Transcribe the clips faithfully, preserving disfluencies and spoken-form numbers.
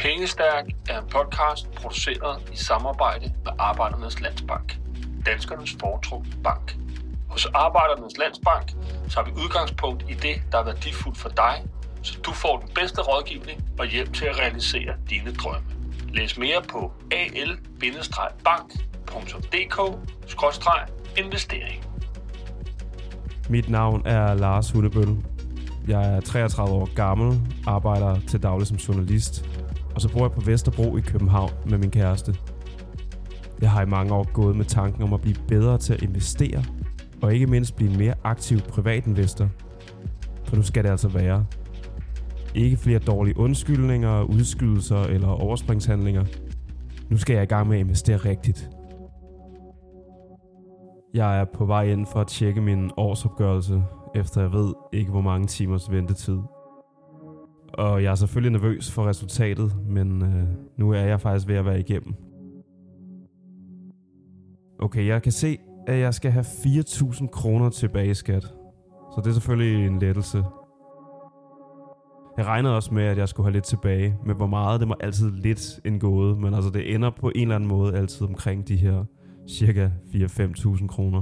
Pengestærk er en podcast produceret i samarbejde med Arbejdernes Landsbank, danskernes foretrukne bank. Hos Arbejdernes Landsbank så har vi udgangspunkt i det, der er værdifuldt for dig, så du får den bedste rådgivning og hjælp til at realisere dine drømme. Læs mere på a l bindestreg bank punktum d k skråstreg investering. Mit navn er Lars Hundebøl. Jeg er treogtredive år gammel, arbejder til daglig som journalist, og så bor jeg på Vesterbro i København med min kæreste. Jeg har i mange år gået med tanken om at blive bedre til at investere, og ikke mindst blive en mere aktiv privatinvestor. For nu skal det altså være. Ikke flere dårlige undskyldninger, udskydelser eller overspringshandlinger. Nu skal jeg i gang med at investere rigtigt. Jeg er på vej ind for at tjekke min årsopgørelse, efter jeg ved ikke hvor mange timers ventetid. Og jeg er selvfølgelig nervøs for resultatet, men øh, nu er jeg faktisk ved at være igennem. Okay, jeg kan se, at jeg skal have fire tusind kroner tilbage i skat. Så det er selvfølgelig en lettelse. Jeg regnede også med, at jeg skulle have lidt tilbage, men hvor meget, det må altid lidt en gåde, men altså det ender på en eller anden måde altid omkring de her cirka fire til fem tusind kroner.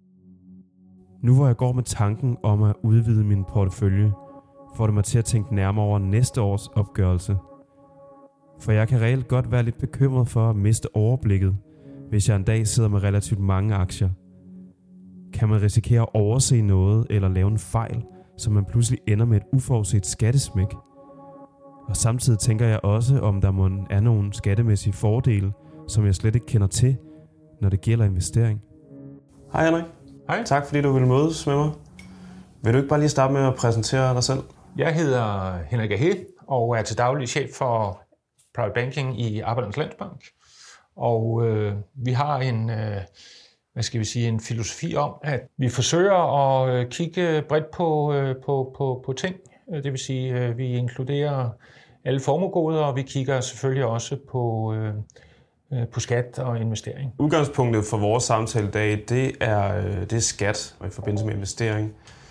Nu hvor jeg går med tanken om at udvide min portefølje, får det mig til at tænke nærmere over næste års opgørelse. For jeg kan reelt godt være lidt bekymret for at miste overblikket, hvis jeg en dag sidder med relativt mange aktier. Kan man risikere at overse noget eller lave en fejl, så man pludselig ender med et uforudset skattesmæk? Og samtidig tænker jeg også, om der må er nogle skattemæssige fordele, som jeg slet ikke kender til, når det gælder investering. Hej Henrik. Hej. Tak fordi du ville mødes med mig. Vil du ikke bare lige starte med at præsentere dig selv? Jeg hedder Henrik Ahé og er til daglig chef for Private Banking i Arbejdernes Landsbank. Og øh, vi har en, øh, hvad skal vi sige, en filosofi om, at vi forsøger at kigge bredt på, øh, på, på, på ting. Det vil sige, at vi inkluderer alle formuegoder, og vi kigger selvfølgelig også på, øh, på skat og investering. Udgangspunktet for vores samtale i dag, det er, det er skat i forbindelse med investering.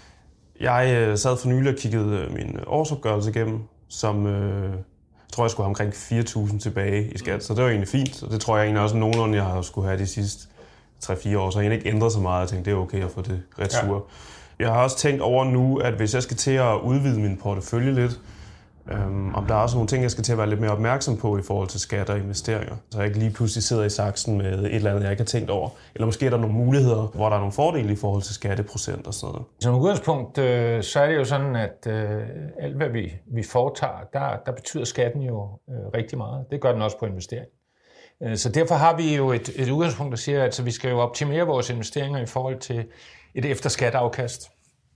Jeg sad for nylig og kiggede min årsopgørelse igennem, som øh, jeg tror, jeg skulle have omkring fire tusind tilbage i skat, så det var egentlig fint, og det tror jeg egentlig også nogenlunde, jeg har skulle have de sidste tre fire år, så jeg har egentlig ikke ændret så meget. Jeg tænkte, det er okay at få det retur. Ja. Jeg har også tænkt over nu, at hvis jeg skal til at udvide min portefølje lidt, øhm, om der er også nogle ting, jeg skal til at være lidt mere opmærksom på i forhold til skat og investeringer, så jeg ikke lige pludselig sidder i saksen med et eller andet, jeg ikke har tænkt over. Eller måske er der nogle muligheder, hvor der er nogle fordele i forhold til skatteprocent og sådan noget. Som udgangspunkt, øh, så er det jo sådan, at øh, alt hvad vi, vi foretager, der, der betyder skatten jo øh, rigtig meget. Det gør den også på investering. Så derfor har vi jo et, et udgangspunkt, der siger, at altså, vi skal jo optimere vores investeringer i forhold til et efterskatafkast.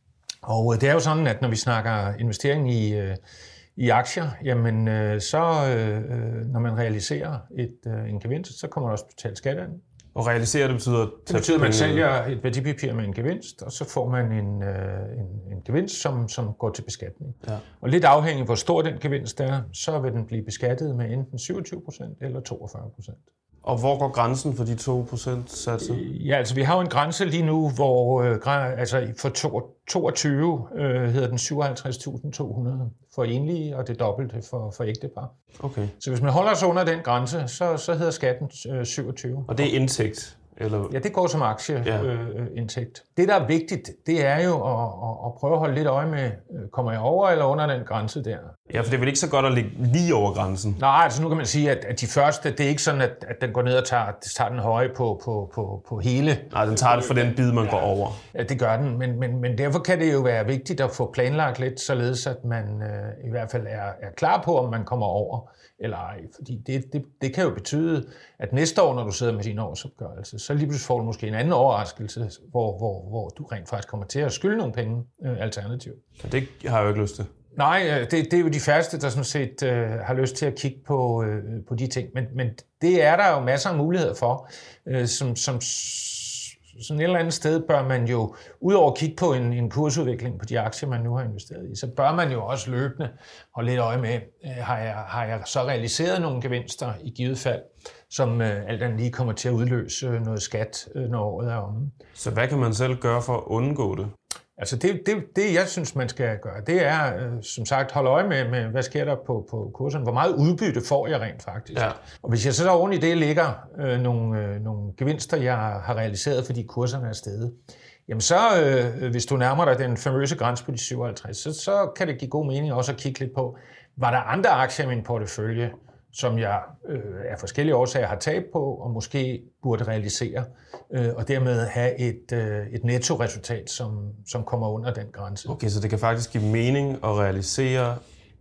Og det er jo sådan, at når vi snakker investering i, i aktier, jamen så når man realiserer et, en gevinst, så kommer der også betalt skat af den. Og realisere, det betyder... Det betyder, at man sælger et værdipapir med en gevinst, og så får man en, en, en gevinst, som, som går til beskatning. Ja. Og lidt afhængig af, hvor stor den gevinst er, så vil den blive beskattet med enten syvogtyve procent eller toogfyrre procent. Og hvor går grænsen for de to procent satser? Ja, altså vi har jo en grænse lige nu, hvor øh, altså for toogtyve øh, hedder den syvoghalvtreds tusind to hundrede for enlige, og det dobbelte for, for ægtepar. Okay. Så hvis man holder sig under den grænse, så, så hedder skatten øh, syvogtyve. Og det er indtægt? Eller? Ja, det går som aktieindtægt. Ja. Øh, det, der er vigtigt, det er jo at, at, at prøve at holde lidt øje med, kommer jeg over eller under den grænse der? Ja, for det er vel ikke så godt at ligge lige over grænsen? Nej, altså nu kan man sige, at, at de første, det er ikke sådan, at, at den går ned og tager, tager den høje på, på, på, på hele. Nej, den tager det for den bid, man ja, går over. Ja, det gør den, men, men, men derfor kan det jo være vigtigt at få planlagt lidt, således at man øh, i hvert fald er, er klar på, om man kommer over eller ej. Fordi det, det, det kan jo betyde, at næste år, når du sidder med din årsopgørelse, så lige pludselig får du måske en anden overraskelse, hvor, hvor, hvor du rent faktisk kommer til at skylde nogle penge øh, alternativt. Ja, det har jeg jo ikke lyst til. Nej, det, det er jo de færreste, der sådan set øh, har lyst til at kigge på, øh, på de ting. Men, men det er der jo masser af muligheder for. Øh, som, som sådan et eller andet sted bør man jo, udover at kigge på en, en kursudvikling på de aktier, man nu har investeret i, så bør man jo også løbende holde lidt øje med, øh, har, jeg, har jeg så realiseret nogle gevinster i givet fald, som øh, alt andet lige kommer til at udløse noget skat, øh, når året er omme. Så hvad kan man selv gøre for at undgå det? Altså det, det, det, jeg synes, man skal gøre, det er, øh, som sagt, holde øje med, med, hvad sker der på, på kurserne. Hvor meget udbytte får jeg rent faktisk? Ja. Og hvis jeg så oven i det ligger øh, nogle, øh, nogle gevinster, jeg har realiseret, fordi kurserne er steget, jamen så, øh, hvis du nærmer dig den famøse grænse på de syvoghalvtreds, så, så kan det give god mening også at kigge lidt på, var der andre aktier i min portefølje, som jeg øh, af forskellige årsager har tabt på, og måske burde realisere, øh, og dermed have et, øh, et nettoresultat, som, som kommer under den grænse. Okay, så det kan faktisk give mening at realisere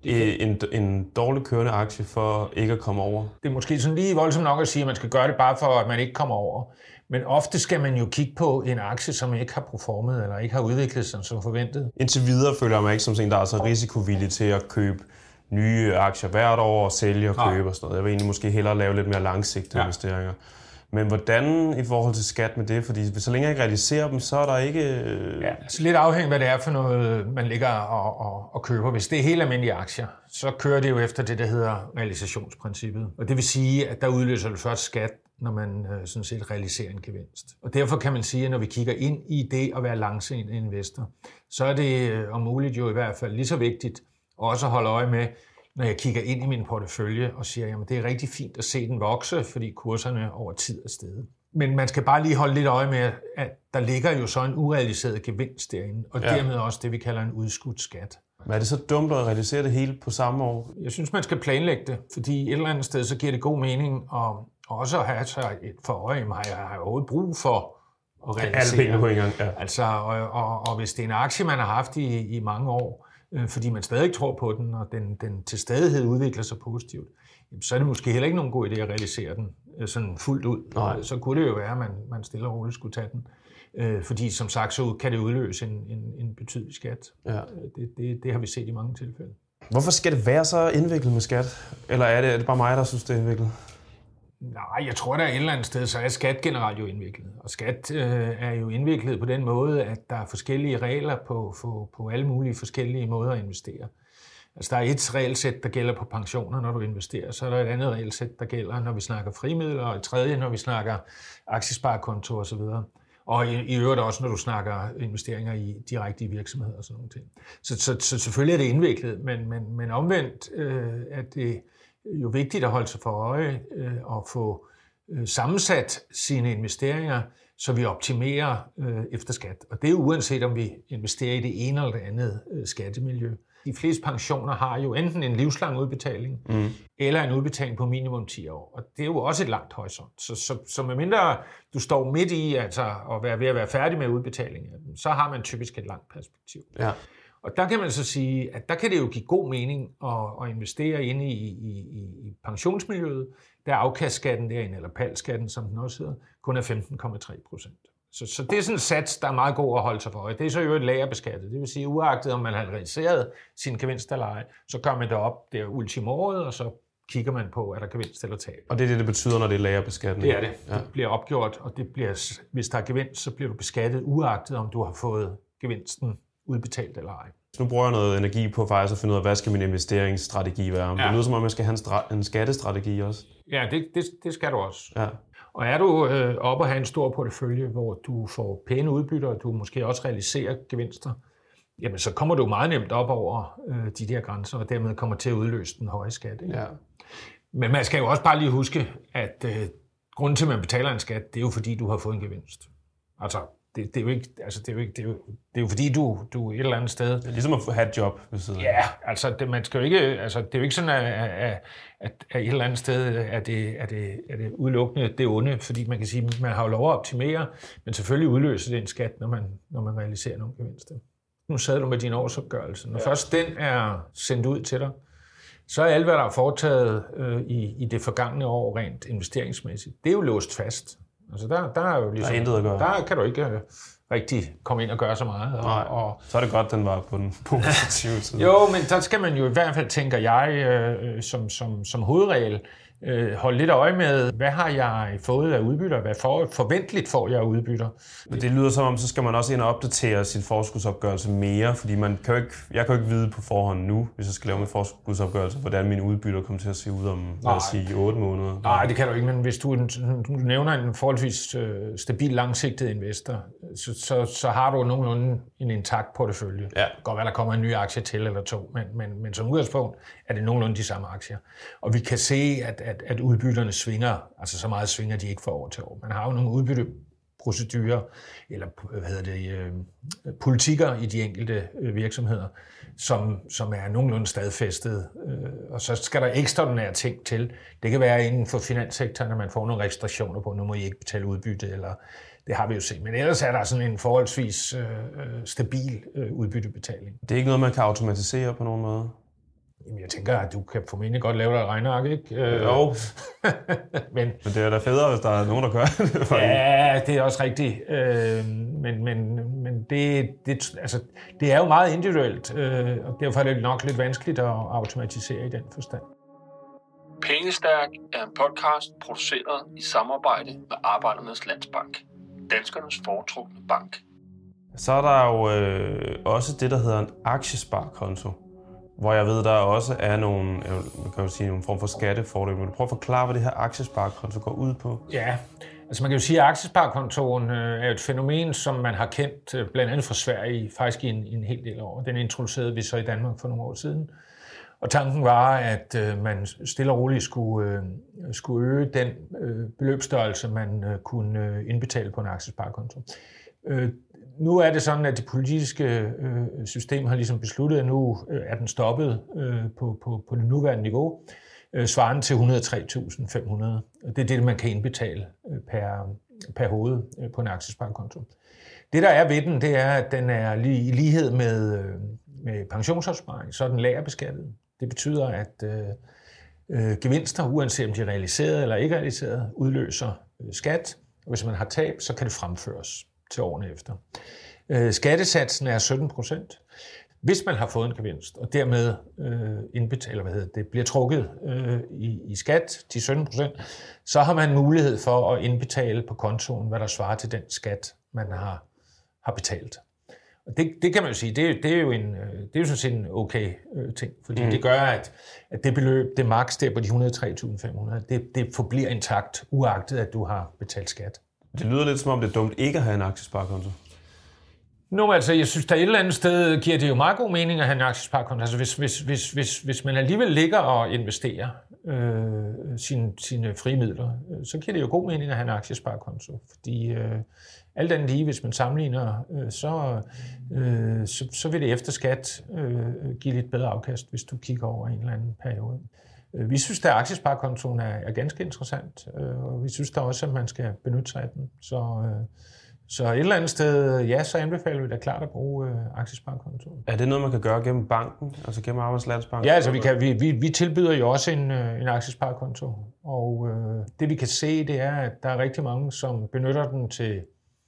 en, en dårlig kørende aktie for ikke at komme over? Det er måske sådan lige voldsomt nok at sige, at man skal gøre det bare for, at man ikke kommer over. Men ofte skal man jo kigge på en aktie, som ikke har performet eller ikke har udviklet sig som forventet. Indtil videre føler jeg mig ikke som sådan, der er så risikovillig til at købe nye aktier hvert år og sælge og købe ja. og sådan noget. Jeg vil egentlig måske hellere lave lidt mere langsigtede ja. investeringer. Men hvordan i forhold til skat med det? Fordi så længe jeg ikke realiserer dem, så er der ikke... Ja, altså lidt afhængig hvad det er for noget, man ligger og, og, og køber. Hvis det er helt almindelige aktier, så kører det jo efter det, der hedder realisationsprincippet. Og det vil sige, at der udløser det først skat, når man øh, sådan set realiserer en gevinst. Og derfor kan man sige, at når vi kigger ind i det at være langsigtet investor, så er det øh, om muligt jo i hvert fald lige så vigtigt også at holde øje med, når jeg kigger ind i min portefølje og siger, at det er rigtig fint at se den vokse, fordi kurserne over tid er steget. Men man skal bare lige holde lidt øje med, at der ligger jo så en urealiseret gevinst derinde, og ja. dermed også det, vi kalder en udskudt skat. Men er det så dumt at realisere det hele på samme år? Jeg synes, man skal planlægge det, fordi et eller andet sted, så giver det god mening at også have sig et for øje, at jeg har overhovedet brug for at realisere. Alle på en gang, ja. Altså, og, og, og hvis det er en aktie, man har haft i, i mange år, fordi man stadig tror på den, og den, den til stadighed udvikler sig positivt, så er det måske heller ikke nogen god idé at realisere den sådan fuldt ud. Nej. Så kunne det jo være, at man, man stille og roligt skulle tage den. Fordi som sagt, så kan det udløse en, en, en betydelig skat. Ja. Det, det, det har vi set i mange tilfælde. Hvorfor skal det være så indviklet med skat? Eller er det, er det bare mig, der synes, det er indviklet? Nej, jeg tror, der er et eller andet sted, så er skat generelt jo indviklet. Og skat øh, er jo indviklet på den måde, at der er forskellige regler på, på, på alle mulige forskellige måder at investere. Altså, der er et regelsæt, der gælder på pensioner, når du investerer. Så er der et andet regelsæt, der gælder, når vi snakker frimidler, og et tredje, når vi snakker aktiesparekonto osv. Og i, i øvrigt også, når du snakker investeringer i direkte i virksomheder og sådan nogle ting. Så, så, så selvfølgelig er det indviklet, men, men, men omvendt øh, er det jo vigtigt at holde sig for øje øh, og få øh, sammensat sine investeringer, så vi optimerer øh, efter skat. Og det er uanset om vi investerer i det ene eller det andet øh, skattemiljø. De fleste pensioner har jo enten en livslang udbetaling, mm. eller en udbetaling på minimum ti år. Og det er jo også et langt horisont. Så, så, så medmindre du står midt i altså, at være ved at være færdig med udbetalingen, så har man typisk et langt perspektiv. Ja. Og der kan man så sige, at der kan det jo give god mening at, at investere inde i, i, i pensionsmiljøet, der afkastskatten derinde, eller P A L-skatten, som den også hedder, kun er femten komma tre procent. Så, så det er sådan en sats, der er meget god at holde sig for øje. Det er så jo et lagerbeskattet. Det vil sige, uagtet om man har realiseret sin gevinst eller ej, så gør man det op der ultimo året, og så kigger man på, er der gevinst eller tab. Og det er det, det betyder, når det er lagerbeskatning? Det er det. Ja. Det bliver opgjort, og det bliver, hvis der er gevinst, så bliver du beskattet uagtet, om du har fået gevinsten udbetalt eller ej. Så nu bruger jeg noget energi på faktisk at finde ud af, hvad skal min investeringsstrategi være? Ja. Det lyder som om, jeg skal have en, stra- en skattestrategi også. Ja, det, det, det skal du også. Ja. Og er du øh, oppe og have en stor portefølje, hvor du får pæne udbytter, og du måske også realiserer gevinster, jamen så kommer du meget nemt op over øh, de der grænser, og dermed kommer til at udløse den høje skat. Ikke? Ja. Men man skal jo også bare lige huske, at øh, grunden til, at man betaler en skat, det er jo fordi, du har fået en gevinst. Altså, det, det er jo ikke, altså det er jo ikke, det er jo, det er jo fordi du du et eller andet sted. Det er ligesom at have et job ved siden. Ja, altså det, man skal jo ikke, altså det er jo ikke sådan at, at, at, at et eller andet sted er det er det er det udelukkende det onde, fordi man kan sige, man har jo lov at optimere, men selvfølgelig udløser det en skat, når man når man realiserer nogle gevinster. Nu sidder du med din årsopgørelse. Når ja. først den er sendt ud til dig, så er alt hvad der er foretaget øh, i i det forgangne år rent investeringsmæssigt, det er jo låst fast. Altså der, der er jo ligesom, der, er at gøre. Der kan du ikke uh, rigtig komme ind og gøre så meget. Og, Nej, og, så er det godt, den var på den positive side. Jo, men der skal man jo i hvert fald, tænker jeg, øh, som, som, som hovedregel, øh, holde lidt øje med, hvad har jeg fået af udbytter, hvad for, forventeligt får jeg af udbytter. Men det lyder som om, så skal man også ind og opdatere sin forskudsopgørelse mere, fordi man kan jo ikke, jeg kan jo ikke vide på forhånd nu, hvis jeg skal lave min forskudsopgørelse, hvordan mine udbytter kommer til at se ud om, lad os sige, otte måneder. Nej, det kan du ikke, men hvis du, du nævner en forholdsvis øh, stabil, langsigtet investor, så, så, så har du nogenlunde en intakt portefølje. Ja. Det kan godt være, der kommer en ny aktie til eller to, men, men, men som udgangspunkt er det nogenlunde de samme aktier. Og vi kan se, at, at, at udbytterne svinger, altså så meget svinger de ikke fra år til år. Man har jo nogle udbytteprocedurer, eller hvad hedder det, øh, politikker i de enkelte øh, virksomheder, som, som er nogenlunde stadfæstet. Øh, og så skal der ekstraordinære ting til. Det kan være inden for finanssektoren, at man får nogle restriktioner på, nu må I ikke betale udbytte, eller det har vi jo set. Men ellers er der sådan en forholdsvis øh, stabil øh, udbyttebetaling. Det er ikke noget, man kan automatisere på nogen måde? Jamen, jeg tænker, at du kan formentlig godt lave dig et regneark, ikke? Øh, jo. men, men det er da federe, hvis der er nogen, der gør det. Ja, det er også rigtigt. Øh, men men, men det, det, altså, det er jo meget individuelt, øh, og derfor er det nok lidt vanskeligt at automatisere i den forstand. Pengestærk er en podcast produceret i samarbejde med Arbejdernes Landsbank, danskernes foretrukne bank. Så er der jo øh, også det, der hedder en aktiesparekonto, hvor jeg ved, der også er nogle, man kan jo sige, nogle form for skattefordele. Men du prøver at forklare, hvad det her aktiesparekonto går ud på? Ja, altså man kan jo sige, at aktiesparekontoen er et fænomen, som man har kendt blandt andet fra Sverige faktisk i en, i en hel del år. Den introducerede vi så i Danmark for nogle år siden. Og tanken var, at øh, man stille og roligt skulle, øh, skulle øge den øh, beløbsstørrelse, man øh, kunne øh, indbetale på en aktiesparekonto. Øh, nu er det sådan, at det politiske øh, system har ligesom besluttet, at nu øh, er den stoppet øh, på, på, på det nuværende niveau, øh, svarende til et hundrede og tre tusind fem hundrede. Det er det, man kan indbetale øh, per, per hoved øh, på en aktiesparekonto. Det, der er ved den, det er, at den er i lighed med, øh, med pensionsopsparing, så er den lagerbeskattet. Det betyder, at øh, øh, gevinster, uanset om de er realiseret eller ikke realiseret, udløser øh, skat. Og hvis man har tab, så kan det fremføres til årene efter. Øh, skattesatsen er sytten procent. Hvis man har fået en gevinst, og dermed øh, indbetaler, hvad hedder det, bliver trukket øh, i, i skat til sytten procent, så har man mulighed for at indbetale på kontoen, hvad der svarer til den skat, man har, har betalt. Og det, det kan man jo sige, det, det er jo en, det er jo sådan set en okay øh, ting, fordi mm. det gør, at, at det beløb, det maks der på de et hundrede og tre tusind fem hundrede, det, det forbliver intakt, uagtet at du har betalt skat. Det lyder lidt som om, det er dumt ikke at have en aktiesparekonto. Nå, altså, jeg synes, der et eller andet sted giver det jo meget god mening at have en aktiesparekonto. Altså, hvis, hvis, hvis, hvis, hvis man alligevel ligger og investerer øh, sine, sine frie midler, øh, så giver det jo god mening at have en aktiesparekonto. Fordi øh, alt andet lige, hvis man sammenligner, øh, så, øh, så, så vil det efter skat øh, give lidt bedre afkast, hvis du kigger over en eller anden periode. Vi synes, at aktiesparekontoen er, er ganske interessant, øh, og vi synes da også, at man skal benytte sig af den. Så, øh, så et eller andet sted, ja, så anbefaler vi da klart at bruge øh, aktiesparekontoen. Er det noget, man kan gøre gennem banken, altså gennem Arbejdernes Landsbank? Ja, altså vi, kan, vi, vi, vi tilbyder jo også en, en aktiesparekonto, og øh, det vi kan se, det er, at der er rigtig mange, som benytter den til.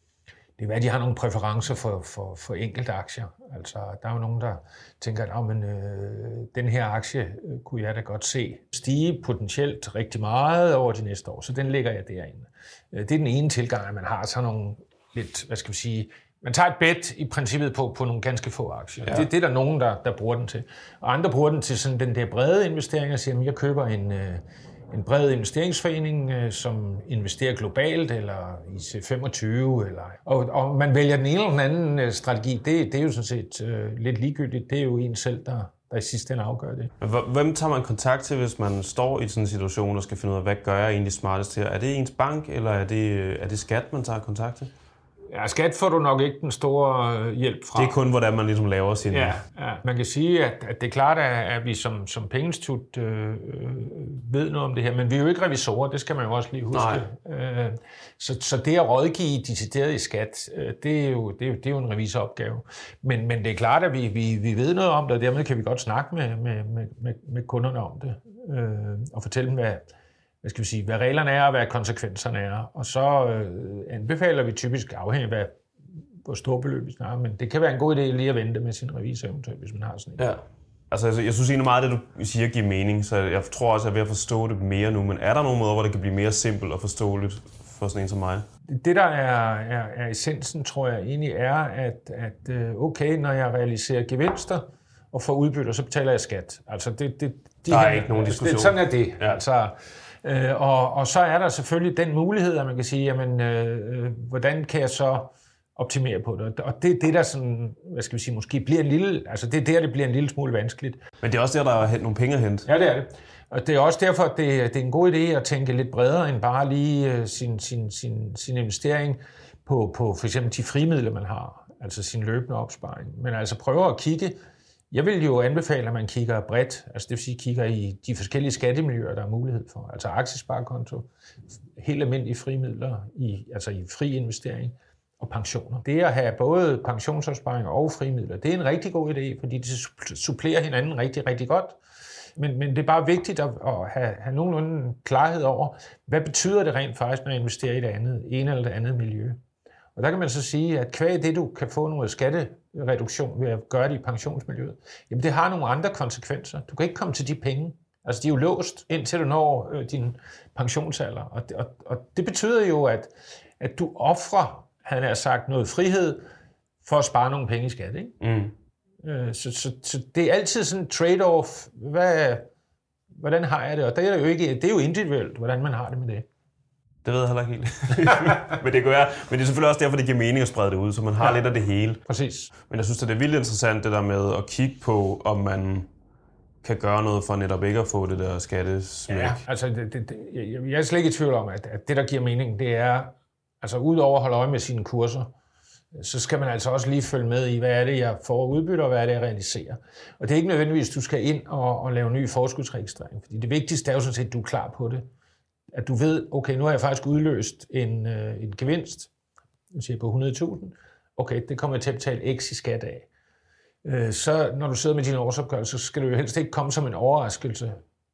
Det er, at de har nogle præferencer for, for, for enkelte aktier. Altså, der er jo nogen, der tænker, at men, øh, den her aktie øh, kunne jeg da godt se stige potentielt rigtig meget over de næste år, så den lægger jeg derinde. Det er den ene tilgang, at man har sådan nogle lidt, hvad skal vi sige, man tager et bet i princippet på, på nogle ganske få aktier. Ja. Det, det er der nogen, der, der bruger den til. Og andre bruger den til sådan den der brede investering, og siger, at jeg køber en... Øh, en bred investeringsforening, øh, som investerer globalt, eller i C femogtyve, eller, og, og man vælger den ene eller den anden øh, strategi, det, det er jo sådan set øh, lidt ligegyldigt. Det er jo en selv, der, der i sidste ende afgør det. Hvem tager man kontakt til, hvis man står i sådan en situation og skal finde ud af, hvad gør jeg egentlig smartest her? Er det ens bank, eller er det, er det skat, man tager kontakt til? Ja, skat får du nok ikke den store hjælp fra. Det er kun, hvordan man ligesom laver sin... Ja, ja. Man kan sige, at, at det er klart, at vi som, som pengeinstitut øh, ved noget om det her, men vi er jo ikke revisorer, det skal man jo også lige huske. Øh, så, så det at rådgive decideret i skat, øh, det, er jo, det, er jo, det er jo en revisoropgave. Men, men det er klart, at vi, vi, vi ved noget om det, og dermed kan vi godt snakke med, med, med, med kunderne om det, øh, og fortælle dem, hvad... hvad skal vi sige, hvad reglerne er og hvad konsekvenserne er. Og så øh, anbefaler vi typisk afhængig af, hvor store beløb vi snakker, men det kan være en god idé lige at vente med sin revisor eventuelt, hvis man har sådan en. Ja. Altså, jeg synes egentlig meget, at det du siger giver mening, så jeg tror også, at jeg er ved at forstå det mere nu, men er der nogle måder, hvor det kan blive mere simpelt og forståeligt for sådan en som mig? Det, der er, er, er essensen, tror jeg egentlig er, at, at okay, når jeg realiserer gevinster og får udbytter, så betaler jeg skat. Altså, det, det, de der er her, ikke nogen diskussion. Det, sådan er det. Ja. Altså, Øh, og, og så er der selvfølgelig den mulighed, at man kan sige, jamen, øh, hvordan kan jeg så optimere på det. Og det er det, der sådan, hvad skal vi sige, måske bliver en lille, altså det er der, det bliver en lille smule vanskeligt. Men det er også der, der er nogle penge at hente. Ja, det er det. Og det er også derfor, at det, det er en god idé at tænke lidt bredere end bare lige sin, sin, sin, sin investering på, på for eksempel de frimidler, man har, altså sin løbende opsparing. Men altså prøve at kigge. Jeg vil jo anbefale, at man kigger bredt, altså det vil sige, kigger i de forskellige skattemiljøer, der er mulighed for. Altså aktiesparekonto, helt almindelige frimidler, i, altså i fri investering og pensioner. Det at have både pensionsopsparing og frimidler, det er en rigtig god idé, fordi det supplerer hinanden rigtig, rigtig godt. Men, men det er bare vigtigt at, at have, have nogenlunde klarhed over, hvad betyder det rent faktisk, når jeg investerer i det andet, ene eller det andet miljø. Og der kan man så sige, at kvæg det, du kan få noget skattereduktion ved at gøre det i pensionsmiljøet, jamen det har nogle andre konsekvenser. Du kan ikke komme til de penge. Altså de er jo låst, indtil du når øh, din pensionsalder. Og, og, og det betyder jo, at, at du offrer, han har sagt, noget frihed for at spare nogle penge i skat, ikke? Mm. Øh, så, så, så det er altid sådan en trade-off. Hvad, hvordan har jeg det? Og det er jo ikke, det er jo individuelt, hvordan man har det med det. Det ved jeg heller ikke helt. men, det gør jeg. Men det er selvfølgelig også derfor, det giver mening at sprede det ud, så man har ja. lidt af det hele. Præcis. Men jeg synes, det er vildt interessant, det der med at kigge på, om man kan gøre noget for netop ikke at få det der skattesmæk. Ja, altså det, det, det, jeg er slet ikke i tvivl om, at, at det, der giver mening, det er, altså udover at holde øje med sine kurser, så skal man altså også lige følge med i, hvad er det, jeg får udbytte, og hvad er det, jeg realiserer. Og det er ikke nødvendigvis, at du skal ind og, og lave ny forskudsregistrering, fordi det vigtigste er jo sådan set, at du er klar på det. At du ved, okay, nu har jeg faktisk udløst en, øh, en gevinst, jeg siger på hundrede tusind. Okay, det kommer jeg til at betale x i skat af. Øh, så når du sidder med din årsopgørelse, så skal det jo helst ikke komme som en overraskelse,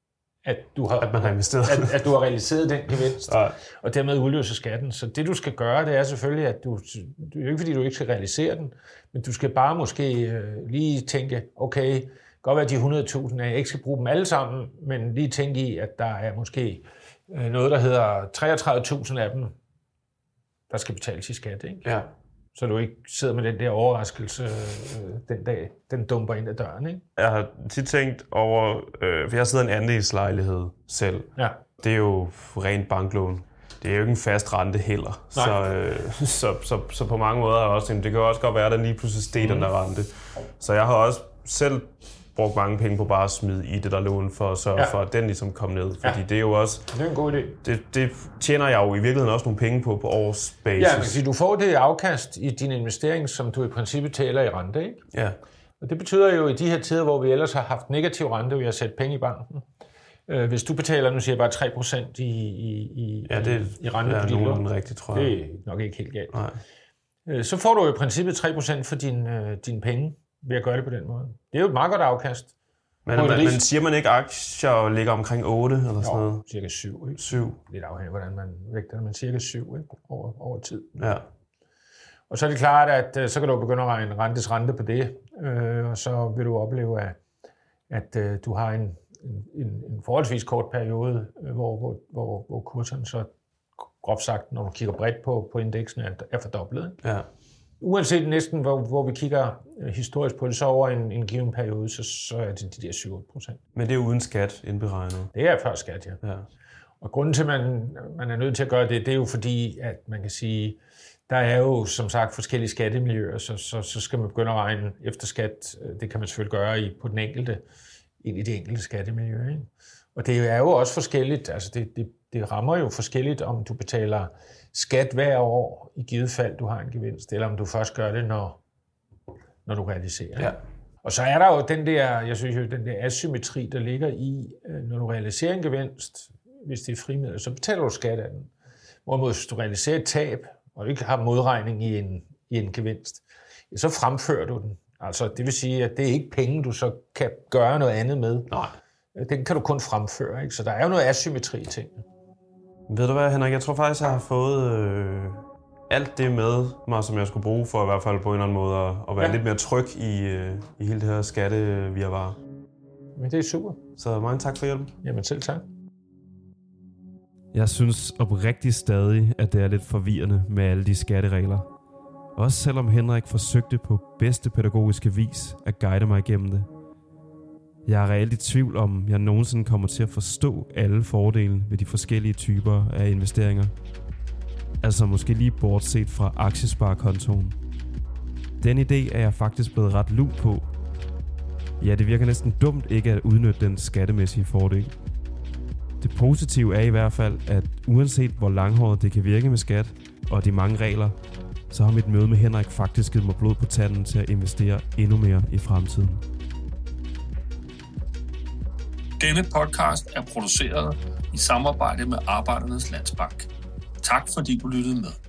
at du har, at man har investeret. At, at du har realiseret den gevinst, ja. Og dermed udløse skatten. Så det, du skal gøre, det er selvfølgelig, at du, det er jo ikke fordi, du ikke skal realisere den, men du skal bare måske øh, lige tænke, okay, godt være, at de hundrede tusind, at jeg ikke skal bruge dem alle sammen, men lige tænke i, at der er måske noget, der hedder treogtredive tusind af dem, der skal betales i skat, ikke? Ja. Så du ikke sidder med den der overraskelse øh, den dag, den dumper ind ad døren, ikke? Jeg har tit tænkt over, øh, for jeg sidder i en andelslejlighed selv. Ja. Det er jo rent banklån. Det er jo ikke en fast rente heller. Så, øh, så, så, så på mange måder er jeg også tænkt, det kan jo også godt være, at der lige pludselig steg mm. den der rente. Så jeg har også selv brugt mange penge på bare at smide i det der lån, for at sørge ja. for, at den ligesom kom ned. Fordi ja. det er jo også... Det er en god idé. Det, det tjener jeg jo i virkeligheden også nogle penge på, på årsbasis. Ja, man kan sige, du får det afkast i din investering, som du i princippet taler i rente, ikke? Ja. Og det betyder jo i de her tider, hvor vi ellers har haft negativ rente ved at sætte penge i banken. Hvis du betaler, nu siger jeg bare tre procent i, i, i, ja, det, i rente ja, på dit lån. Rigtigt, tror jeg. Det er nok ikke helt galt. Nej. Så får du jo i princippet tre procent for dine din penge ved at gøre det på den måde. Det er jo et meget godt afkast. Men, men, men siger man ikke, at aktier ligger omkring otte eller sådan noget? Jo, cirka syv. Ikke? syv. Lidt afhængig af, hvordan man vægter det, men cirka syv ikke? Over, over tid. Ja. Og så er det klart, at så kan du begynde at regne rentes rente på det, øh, og så vil du opleve, at, at øh, du har en, en, en forholdsvis kort periode, øh, hvor, hvor, hvor, hvor kurserne så groft sagt, når du kigger bredt på, på indeksen, er, er fordoblet. Ikke? Ja. Uanset næsten, hvor, hvor vi kigger historisk på det, så over en, en given periode, så, så er det de der syv otte procent. Men det er uden skat indberegnet? Det er før skat, ja. ja. Og grunden til, at man, man er nødt til at gøre det, det er jo fordi, at man kan sige, der er jo som sagt forskellige skattemiljøer, så, så, så skal man begynde at regne efter skat. Det kan man selvfølgelig gøre i, på den enkelte, ind i det enkelte skattemiljø. Ikke? Og det er jo også forskelligt, altså det, det, det rammer jo forskelligt, om du betaler skat hver år, i givet fald du har en gevinst, eller om du først gør det, når, når du realiserer. Ja. Og så er der jo den der, jeg synes jo, den der asymmetri, der ligger i, når du realiserer en gevinst, hvis det er frimidler, så betaler du skat af den. Hvorimod hvis du realiserer et tab, og du ikke har modregning i en, i en gevinst, så fremfører du den. Altså, det vil sige, at det er ikke penge, du så kan gøre noget andet med. Nej. Den kan du kun fremføre, ikke? Så der er jo noget asymmetri i tingene. Ved du hvad, Henrik? Jeg tror faktisk, jeg har fået øh, alt det med mig, som jeg skulle bruge for i hvert fald på en eller anden måde at, at være ja. lidt mere tryg i, øh, i hele det her skattevirvar. Men det er super. Så mange tak for hjælpen. Jamen selv tak. Jeg synes oprigtigt stadig, at det er lidt forvirrende med alle de skatteregler. Også selvom Henrik forsøgte på bedste pædagogiske vis at guide mig igennem det. Jeg er reelt i tvivl om, jeg nogensinde kommer til at forstå alle fordele ved de forskellige typer af investeringer. Altså måske lige bortset fra aktiesparekontoen. Den idé er jeg faktisk blevet ret lun på. Ja, det virker næsten dumt ikke at udnytte den skattemæssige fordel. Det positive er i hvert fald, at uanset hvor langhåret det kan virke med skat og de mange regler, så har mit møde med Henrik faktisk givet mig blod på tanden til at investere endnu mere i fremtiden. Denne podcast er produceret i samarbejde med Arbejdernes Landsbank. Tak fordi du lyttede med.